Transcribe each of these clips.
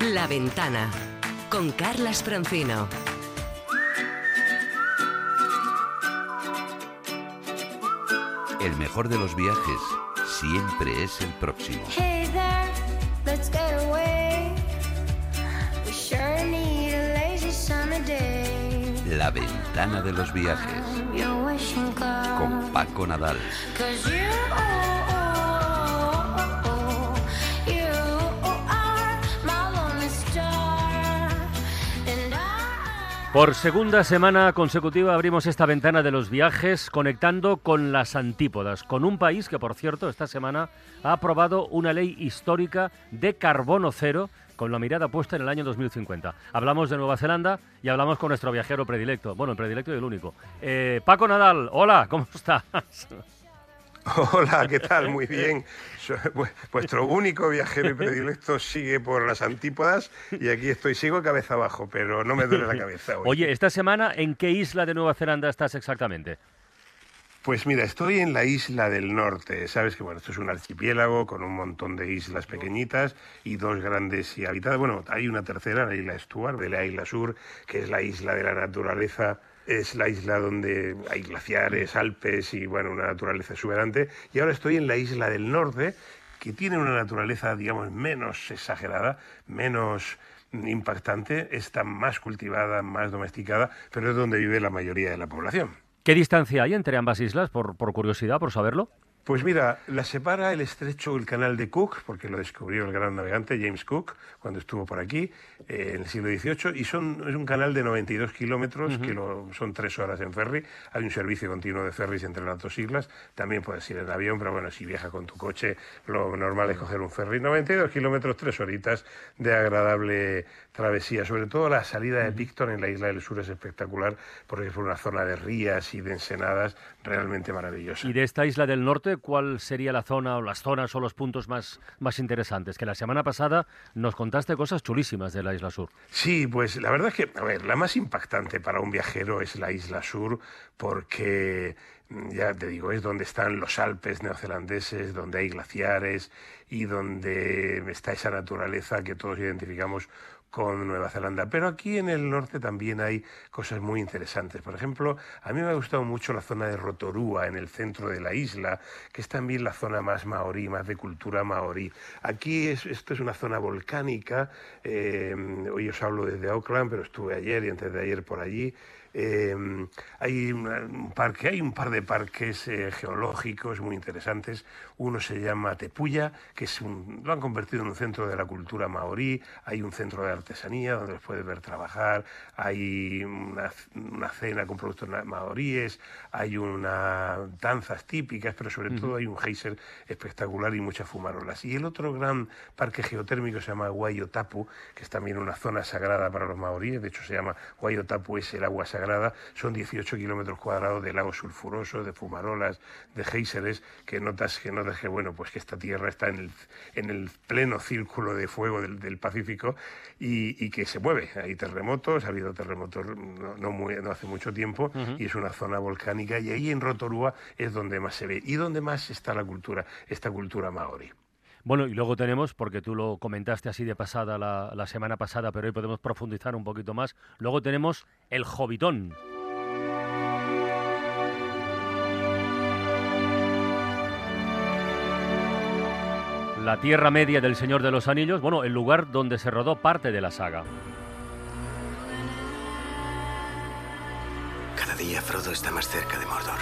La Ventana, con Carlas Francino. El mejor de los viajes siempre es el próximo. Hey there, let's get away. We sure need a lazy summer day. La Ventana de los viajes, Your wishing cloud. con Paco Nadal. 'Cause you are my lonely star. And I... Por segunda semana consecutiva abrimos esta ventana de los viajes conectando con las antípodas, con un país que, por cierto, esta semana ha aprobado una ley histórica de carbono cero con la mirada puesta en el año 2050. Hablamos de Nueva Zelanda y hablamos con nuestro viajero predilecto, bueno, el predilecto y el único. Paco Nadal, hola, ¿cómo estás? Hola, ¿qué tal? Muy bien. Vuestro único viajero y predilecto sigue por las antípodas y aquí sigo cabeza abajo, pero no me duele la cabeza hoy. Oye, esta semana, ¿en qué isla de Nueva Zelanda estás exactamente? Pues mira, estoy en la isla del norte. Sabes que bueno, esto es un archipiélago con un montón de islas pequeñitas y dos grandes y habitadas. Bueno, hay una tercera, la isla Stuart, de la isla Sur, que es la isla de la naturaleza. Es la isla donde hay glaciares, Alpes y bueno, una naturaleza exuberante. Y ahora estoy en la isla del norte, que tiene una naturaleza, digamos, menos exagerada, menos impactante, está más cultivada, más domesticada, pero es donde vive la mayoría de la población. ¿Qué distancia hay entre ambas islas, por curiosidad, por saberlo? Pues mira, la separa el estrecho, el canal de Cook, porque lo descubrió el gran navegante James Cook cuando estuvo por aquí en el siglo XVIII, y es un canal de 92 kilómetros, que son 3 horas en ferry. Hay un servicio continuo de ferries entre las dos islas, también puedes ir en avión, pero bueno, si viajas con tu coche, lo normal es coger un ferry. 92 kilómetros, 3 horitas de agradable travesía. Sobre todo la salida de Picton en la isla del sur es espectacular, porque es por una zona de rías y de ensenadas realmente maravillosa. Y de esta isla del norte, ¿cuál sería la zona o las zonas o los puntos más interesantes? Que la semana pasada nos contaste cosas chulísimas de la isla sur. Sí, pues la verdad es que, a ver, la más impactante para un viajero es la isla sur, porque, ya te digo, es donde están los Alpes neozelandeses, donde hay glaciares y donde está esa naturaleza que todos identificamos con Nueva Zelanda. Pero aquí en el norte también hay cosas muy interesantes. Por ejemplo, a mí me ha gustado mucho la zona de Rotorua, en el centro de la isla, que es también la zona más maorí, más de cultura maorí. Aquí esto es una zona volcánica. Hoy os hablo desde Auckland, pero estuve ayer y antes de ayer por allí. Hay un par de parques geológicos muy interesantes. Uno se llama Tepuya, que lo han convertido en un centro de la cultura maorí. Hay un centro de artesanía donde los puedes ver trabajar. Hay una cena con productos maoríes. Hay unas danzas típicas, pero sobre todo hay un geyser espectacular y muchas fumarolas. Y el otro gran parque geotérmico se llama Waiotapu, que es también una zona sagrada para los maoríes. De hecho, se llama Waiotapu, es el agua sagrada. Son 18 kilómetros cuadrados de lagos sulfurosos, de fumarolas, de géiseres, que notas que bueno, pues que esta tierra está en el pleno círculo de fuego del Pacífico y que se mueve. Hay terremotos, ha habido terremotos no hace mucho tiempo, y es una zona volcánica, y ahí en Rotorua es donde más se ve y donde más está esta cultura maorí. Bueno, y luego tenemos, porque tú lo comentaste así de pasada la semana pasada, pero hoy podemos profundizar un poquito más, luego tenemos el Hobbiton. La Tierra Media del Señor de los Anillos, bueno, el lugar donde se rodó parte de la saga. Cada día Frodo está más cerca de Mordor.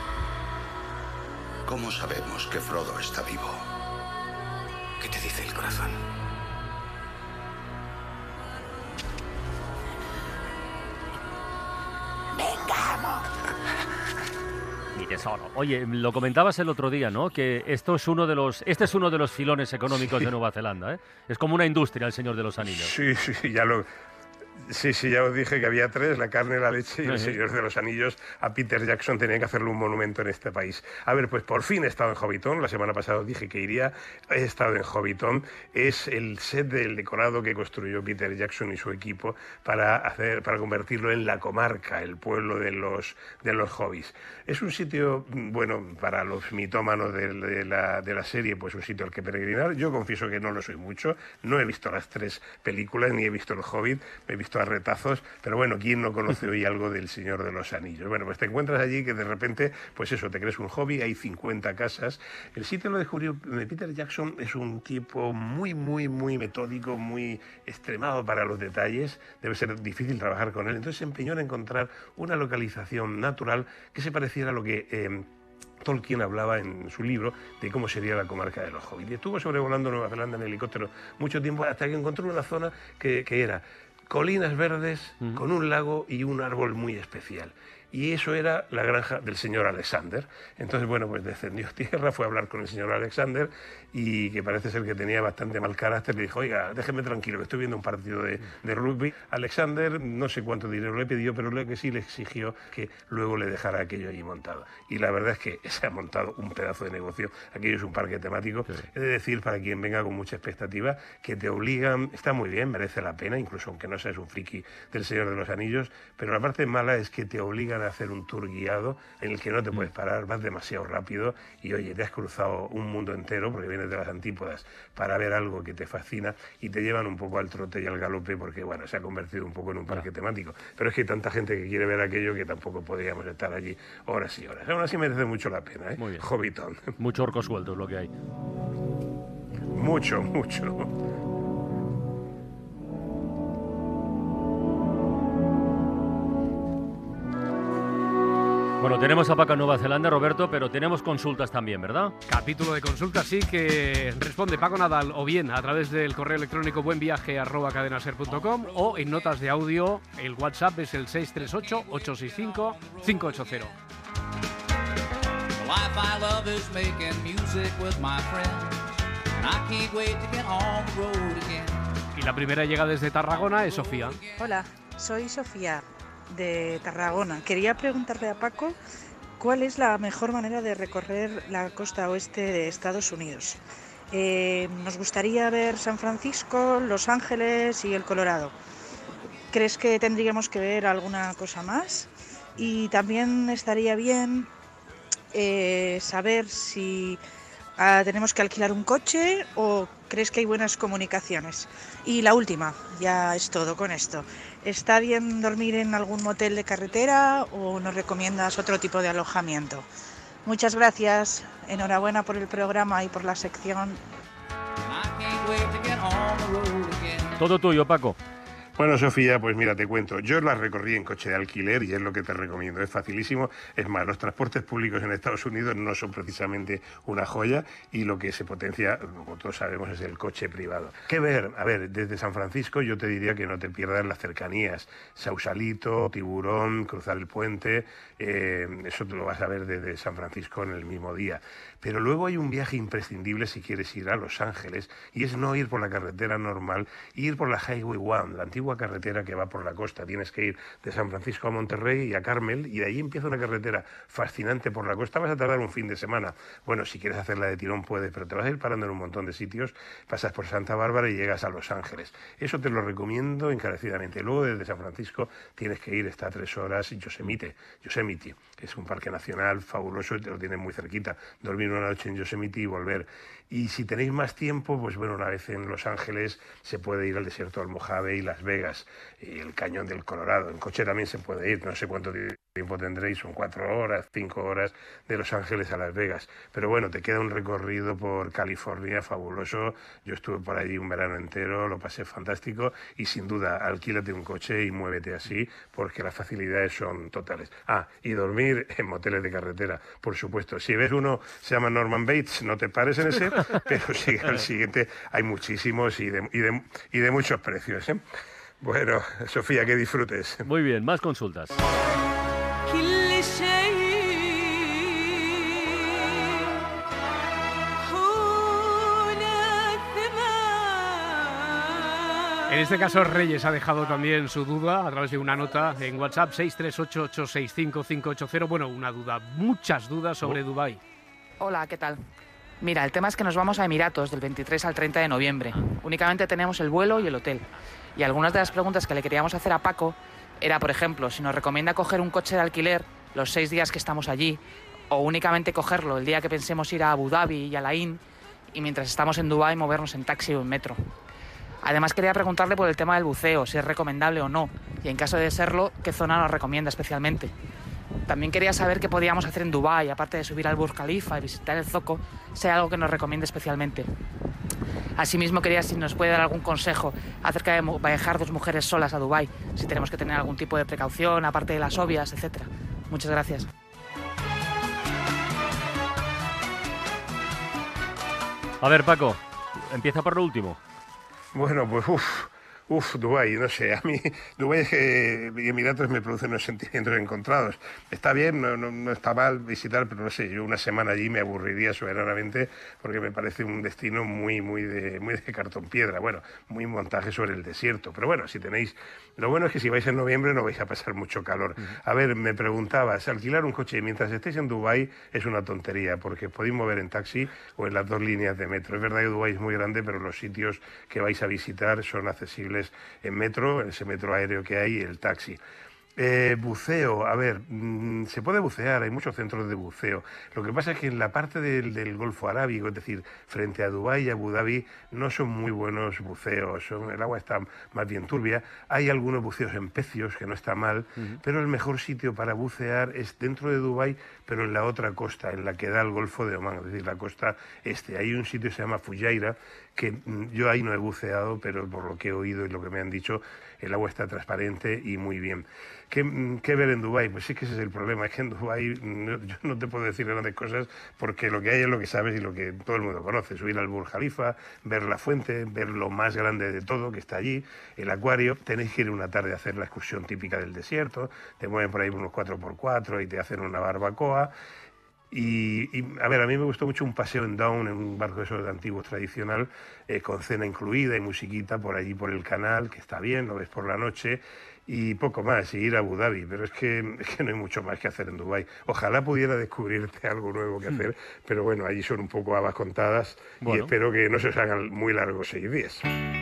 ¿Cómo sabemos que Frodo está vivo? ¿Qué te dice el corazón? Mi tesoro. Oye, lo comentabas el otro día, ¿no? Que este es uno de los filones económicos de Nueva Zelanda, ¿eh? Es como una industria el Señor de los Anillos. Sí, ya Sí, ya os dije que había 3, la carne, la leche y el Señor de los Anillos. A Peter Jackson tenía que hacerle un monumento en este país. A ver, pues por fin he estado en Hobbiton. La semana pasada os dije que iría. He estado en Hobbiton. Es el set del decorado que construyó Peter Jackson y su equipo para convertirlo en la comarca, el pueblo de los hobbits. Es un sitio, bueno, para los mitómanos de la serie, pues un sitio al que peregrinar. Yo confieso que no lo soy mucho. No he visto las 3 películas, ni he visto El Hobbit. Me he visto a retazos, pero bueno, ¿quién no conoce hoy algo del Señor de los Anillos? Bueno, pues te encuentras allí que de repente, pues eso, te crees un hobby, hay 50 casas. El sitio lo descubrió Peter Jackson, es un tipo muy metódico, muy extremado para los detalles, debe ser difícil trabajar con él, entonces se empeñó en encontrar una localización natural que se pareciera a lo que Tolkien hablaba en su libro de cómo sería la comarca de los hobbits. Y estuvo sobrevolando Nueva Zelanda en helicóptero mucho tiempo hasta que encontró una zona que era colinas verdes con un lago y un árbol muy especial. Y eso era la granja del señor Alexander. Entonces, bueno, pues descendió a tierra, fue a hablar con el señor Alexander y que parece ser que tenía bastante mal carácter. Le dijo, oiga, déjeme tranquilo, que estoy viendo un partido de rugby. Alexander, no sé cuánto dinero le pidió, pero lo que sí le exigió que luego le dejara aquello allí montado. Y la verdad es que se ha montado un pedazo de negocio. Aquello es un parque temático. Sí. Es decir, para quien venga con mucha expectativa, que te obligan, está muy bien, merece la pena, incluso aunque no seas un friki del Señor de los Anillos, pero la parte mala es que te obligan a hacer un tour guiado en el que no te puedes parar, vas demasiado rápido y oye, te has cruzado un mundo entero porque vienes de las antípodas para ver algo que te fascina y te llevan un poco al trote y al galope porque bueno, se ha convertido un poco en un parque temático, pero es que hay tanta gente que quiere ver aquello que tampoco podríamos estar allí horas y horas. Aún así merece mucho la pena, ¿eh? Muy bien. Hobbiton. Mucho orco suelto es lo que hay. Mucho. Bueno, tenemos a Paco en Nueva Zelanda, Roberto, pero tenemos consultas también, ¿verdad? Capítulo de consultas, sí, que responde Paco Nadal o bien a través del correo electrónico buenviaje@cadenaser.com o en notas de audio. El WhatsApp es el 638-865-580. Y la primera llega desde Tarragona, es Sofía. Hola, soy Sofía, de Tarragona. Quería preguntarle a Paco cuál es la mejor manera de recorrer la costa oeste de Estados Unidos. Nos gustaría ver San Francisco, Los Ángeles y el Colorado. ¿Crees que tendríamos que ver alguna cosa más? Y también estaría bien saber si tenemos que alquilar un coche o crees que hay buenas comunicaciones. Y la última, ya es todo con esto. ¿Está bien dormir en algún motel de carretera o nos recomiendas otro tipo de alojamiento? Muchas gracias, enhorabuena por el programa y por la sección. Todo tuyo, Paco. Bueno, Sofía, pues mira, te cuento. Yo la recorrí en coche de alquiler y es lo que te recomiendo. Es facilísimo. Es más, los transportes públicos en Estados Unidos no son precisamente una joya y lo que se potencia, como todos sabemos, es el coche privado. ¿Qué ver? A ver, desde San Francisco yo te diría que no te pierdas las cercanías. Sausalito, Tiburón, cruzar el puente, eso te lo vas a ver desde San Francisco en el mismo día. Pero luego hay un viaje imprescindible si quieres ir a Los Ángeles y es no ir por la carretera normal, ir por la Highway 1, la antigua carretera que va por la costa. Tienes que ir de San Francisco a Monterrey y a Carmel y de ahí empieza una carretera fascinante por la costa. Vas a tardar un fin de semana. Bueno, si quieres hacerla de tirón puedes, pero te vas a ir parando en un montón de sitios. Pasas por Santa Bárbara y llegas a Los Ángeles. Eso te lo recomiendo encarecidamente. Luego desde San Francisco tienes que ir, está a 3 horas, Yosemite, que es un parque nacional fabuloso y te lo tienes muy cerquita. Dormir una noche en Yosemite y volver. Y si tenéis más tiempo, pues bueno, una vez en Los Ángeles se puede ir al desierto del Mojave y Las Vegas, y el Cañón del Colorado. En coche también se puede ir, no sé cuánto tiempo tendréis, son 4 horas, 5 horas de Los Ángeles a Las Vegas. Pero bueno, te queda un recorrido por California fabuloso. Yo estuve por allí un verano entero, lo pasé fantástico y sin duda, alquílate un coche y muévete así porque las facilidades son totales. Y dormir en moteles de carretera, por supuesto. Si ves uno, se llama Norman Bates, no te pares en ese, pero sigue al siguiente, hay muchísimos y de muchos precios, ¿eh? Bueno, Sofía, que disfrutes. Muy bien, más consultas. En este caso, Reyes ha dejado también su duda a través de una nota en WhatsApp 638865580. Bueno, una duda, muchas dudas sobre Dubái. Hola, ¿qué tal? Mira, el tema es que nos vamos a Emiratos del 23 al 30 de noviembre. Únicamente tenemos el vuelo y el hotel. Y algunas de las preguntas que le queríamos hacer a Paco era, por ejemplo, si nos recomienda coger un coche de alquiler los 6 días que estamos allí, o únicamente cogerlo el día que pensemos ir a Abu Dhabi y a la IN, y mientras estamos en Dubái movernos en taxi o en metro. Además quería preguntarle por el tema del buceo, si es recomendable o no, y en caso de serlo, ¿qué zona nos recomienda especialmente? También quería saber qué podíamos hacer en Dubái, aparte de subir al Burj Khalifa y visitar el Zoco, si hay algo que nos recomiende especialmente. Asimismo quería si nos puede dar algún consejo acerca de viajar 2 mujeres solas a Dubái, si tenemos que tener algún tipo de precaución, aparte de las obvias, etc. Muchas gracias. A ver, Paco, empieza por lo último. Bueno, pues Dubái, no sé, a mí Dubái y Emiratos me producen unos sentimientos encontrados. Está bien, no está mal visitar, pero no sé, yo una semana allí me aburriría soberanamente porque me parece un destino muy de cartón piedra, bueno, muy montaje sobre el desierto. Pero bueno, si tenéis, lo bueno es que si vais en noviembre no vais a pasar mucho calor. A ver, me preguntabas, alquilar un coche mientras estéis en Dubái es una tontería porque podéis mover en taxi o en las 2 líneas de metro. Es verdad que Dubái es muy grande, pero los sitios que vais a visitar son accesibles en metro, en ese metro aéreo que hay, el taxi. Buceo, a ver, se puede bucear, hay muchos centros de buceo. Lo que pasa es que en la parte del Golfo Arábigo, es decir, frente a Dubái y Abu Dhabi, no son muy buenos buceos, el agua está más bien turbia. Hay algunos buceos en pecios, que no está mal, pero el mejor sitio para bucear es dentro de Dubái, pero en la otra costa, en la que da el Golfo de Omán, es decir, la costa este. Hay un sitio que se llama Fujairah, que yo ahí no he buceado, pero por lo que he oído y lo que me han dicho, el agua está transparente y muy bien. ¿Qué ver en Dubái? Pues sí que ese es el problema, es que en Dubái yo no te puedo decir grandes cosas porque lo que hay es lo que sabes y lo que todo el mundo conoce. Subir al Burj Khalifa, ver la fuente, ver lo más grande de todo que está allí, el acuario. Tenéis que ir una tarde a hacer la excursión típica del desierto, te mueven por ahí unos 4x4 y te hacen una barbacoa. Y a ver, a mí me gustó mucho un paseo en Dawn, en un barco de esos antiguos tradicional, con cena incluida y musiquita por allí por el canal, que está bien, lo ves por la noche, y poco más, y ir a Abu Dhabi, pero es que no hay mucho más que hacer en Dubái. Ojalá pudiera descubrirte algo nuevo que hacer, pero bueno, allí son un poco habas contadas, y espero que no se os hagan muy largos 6 días.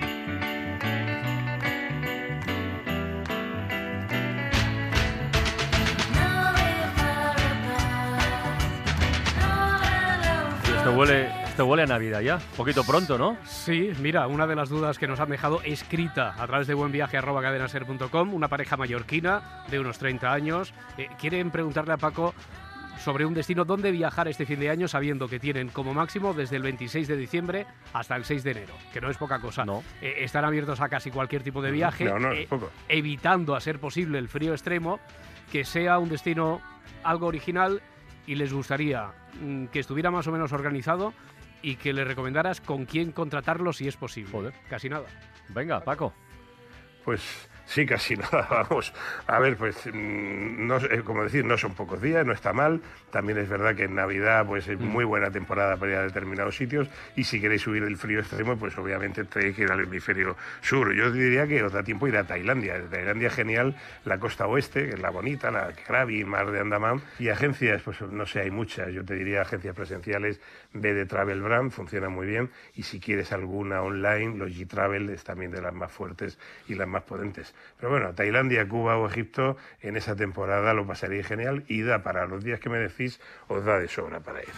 Esto huele a Navidad ya, poquito pronto, ¿no? Sí, mira, una de las dudas que nos han dejado escrita a través de buenviaje@cadenaser.com, una pareja mallorquina de unos 30 años, quieren preguntarle a Paco sobre un destino donde viajar este fin de año, sabiendo que tienen como máximo desde el 26 de diciembre hasta el 6 de enero, que no es poca cosa. No. Están abiertos a casi cualquier tipo de viaje, es poco. evitando a ser posible el frío extremo, que sea un destino algo original, y les gustaría que estuviera más o menos organizado y que le recomendaras con quién contratarlo si es posible. Joder. Casi nada. Venga, Paco. Pues sí, casi nada, vamos. A ver, pues, como decir, no son pocos días, no está mal. También es verdad que en Navidad pues es muy buena temporada para ir a determinados sitios. Y si queréis huir del frío extremo, pues obviamente tenéis que ir al hemisferio sur. Yo diría que os da tiempo ir a Tailandia. Tailandia genial, la costa oeste, que es la bonita, la Krabi, Mar de Andamán. Y agencias, pues no sé, hay muchas. Yo te diría agencias presenciales, ve de Travel Brand, funciona muy bien. Y si quieres alguna online, los G-Travel es también de las más fuertes y las más potentes. Pero bueno, Tailandia, Cuba o Egipto, en esa temporada lo pasaréis genial y da para los días que me decís, os da de sobra para ir.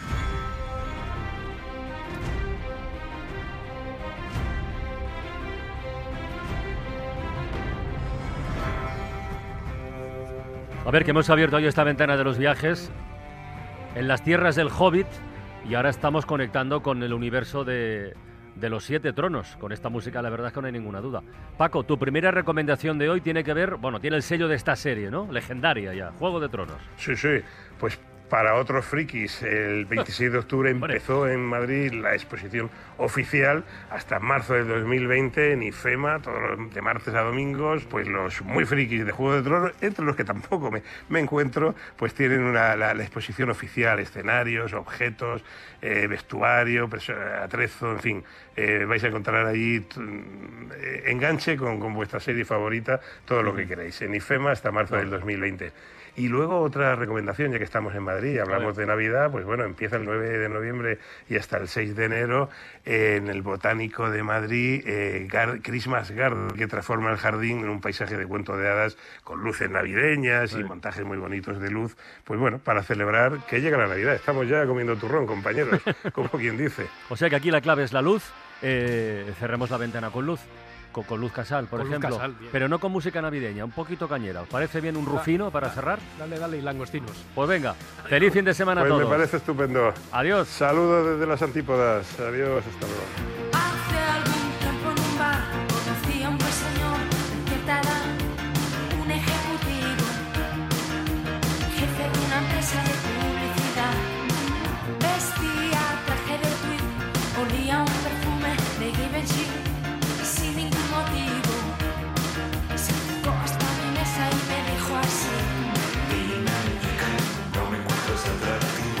A ver, que hemos abierto hoy esta ventana de los viajes en las tierras del Hobbit y ahora estamos conectando con el universo de los 7 tronos. Con esta música la verdad es que no hay ninguna duda. Paco, tu primera recomendación de hoy tiene que ver, bueno, tiene el sello de esta serie, ¿no? Legendaria ya, Juego de Tronos. Sí, pues para otros frikis, el 26 de octubre empezó en Madrid la exposición oficial hasta marzo del 2020 en IFEMA, de martes a domingos, pues los muy frikis de Juego de Tronos, entre los que tampoco me encuentro, pues tienen la exposición oficial, escenarios, objetos, vestuario, atrezo, en fin, vais a encontrar allí enganche con vuestra serie favorita, todo lo que queréis. En IFEMA hasta marzo del 2020. Y luego otra recomendación, ya que estamos en Madrid y hablamos de Navidad, pues bueno, empieza el 9 de noviembre y hasta el 6 de enero en el Botánico de Madrid, Christmas Garden, que transforma el jardín en un paisaje de cuento de hadas con luces navideñas y montajes muy bonitos de luz. Pues bueno, para celebrar que llega la Navidad. Estamos ya comiendo turrón, compañeros, como quien dice. O sea que aquí la clave es la luz. Cerremos la ventana con luz. Con Luz Casal, por ejemplo, Casal, pero no con música navideña, un poquito cañera. ¿Os parece bien un rufino para cerrar? Dale, y langostinos. Pues venga, feliz fin de semana a todos. Me parece estupendo. Adiós. Saludos desde las antípodas. Adiós, hasta luego. Hace algún tiempo en un bar conocí a un buen señor de cierta edad, un ejecutivo, jefe de una empresa de publicidad. Vestía traje de tweed, olía un perfume de Givenchy. Sin ningún motivo, se acercó hasta mi mesa y me dijo así: Dime, muñeca, no me encuentras atractivo.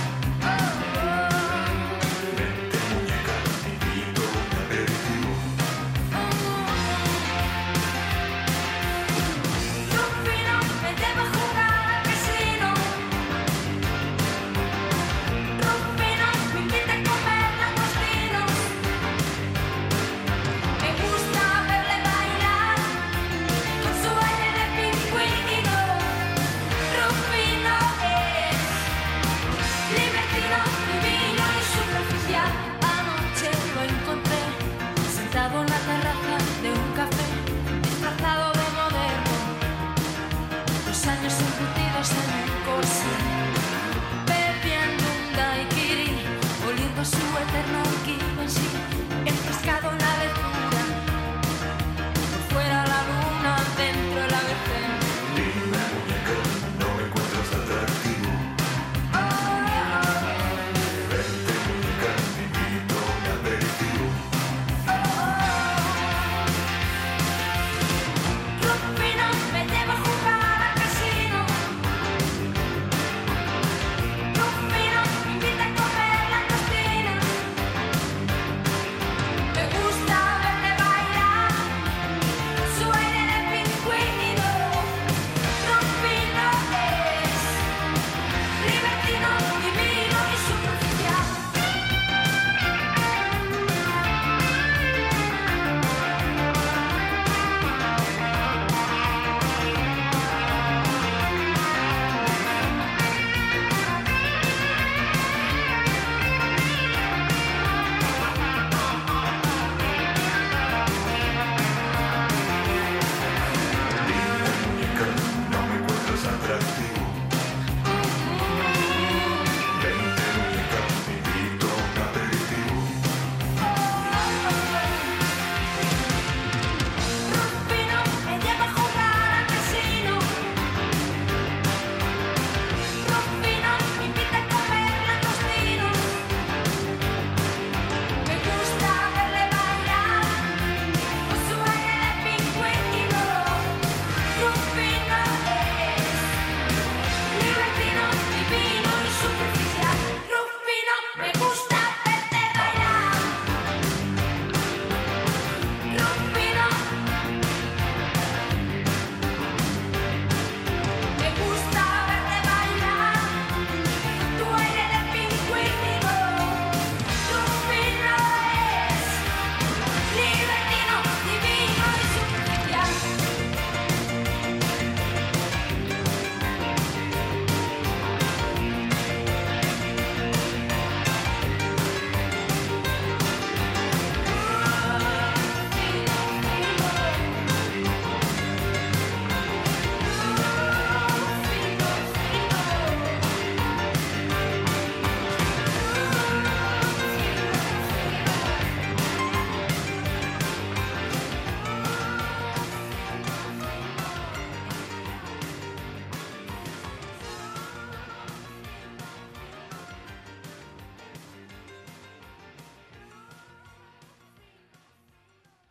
Vente, muñeca, te invito a un aperitivo. Rufino, vente a jugar al casino. Rufino, me invita a comer langostinos. Me gusta verle bailar con su aire de pingüino. Rufino es libertino, divino y superficial. Anoche lo encontré sentado en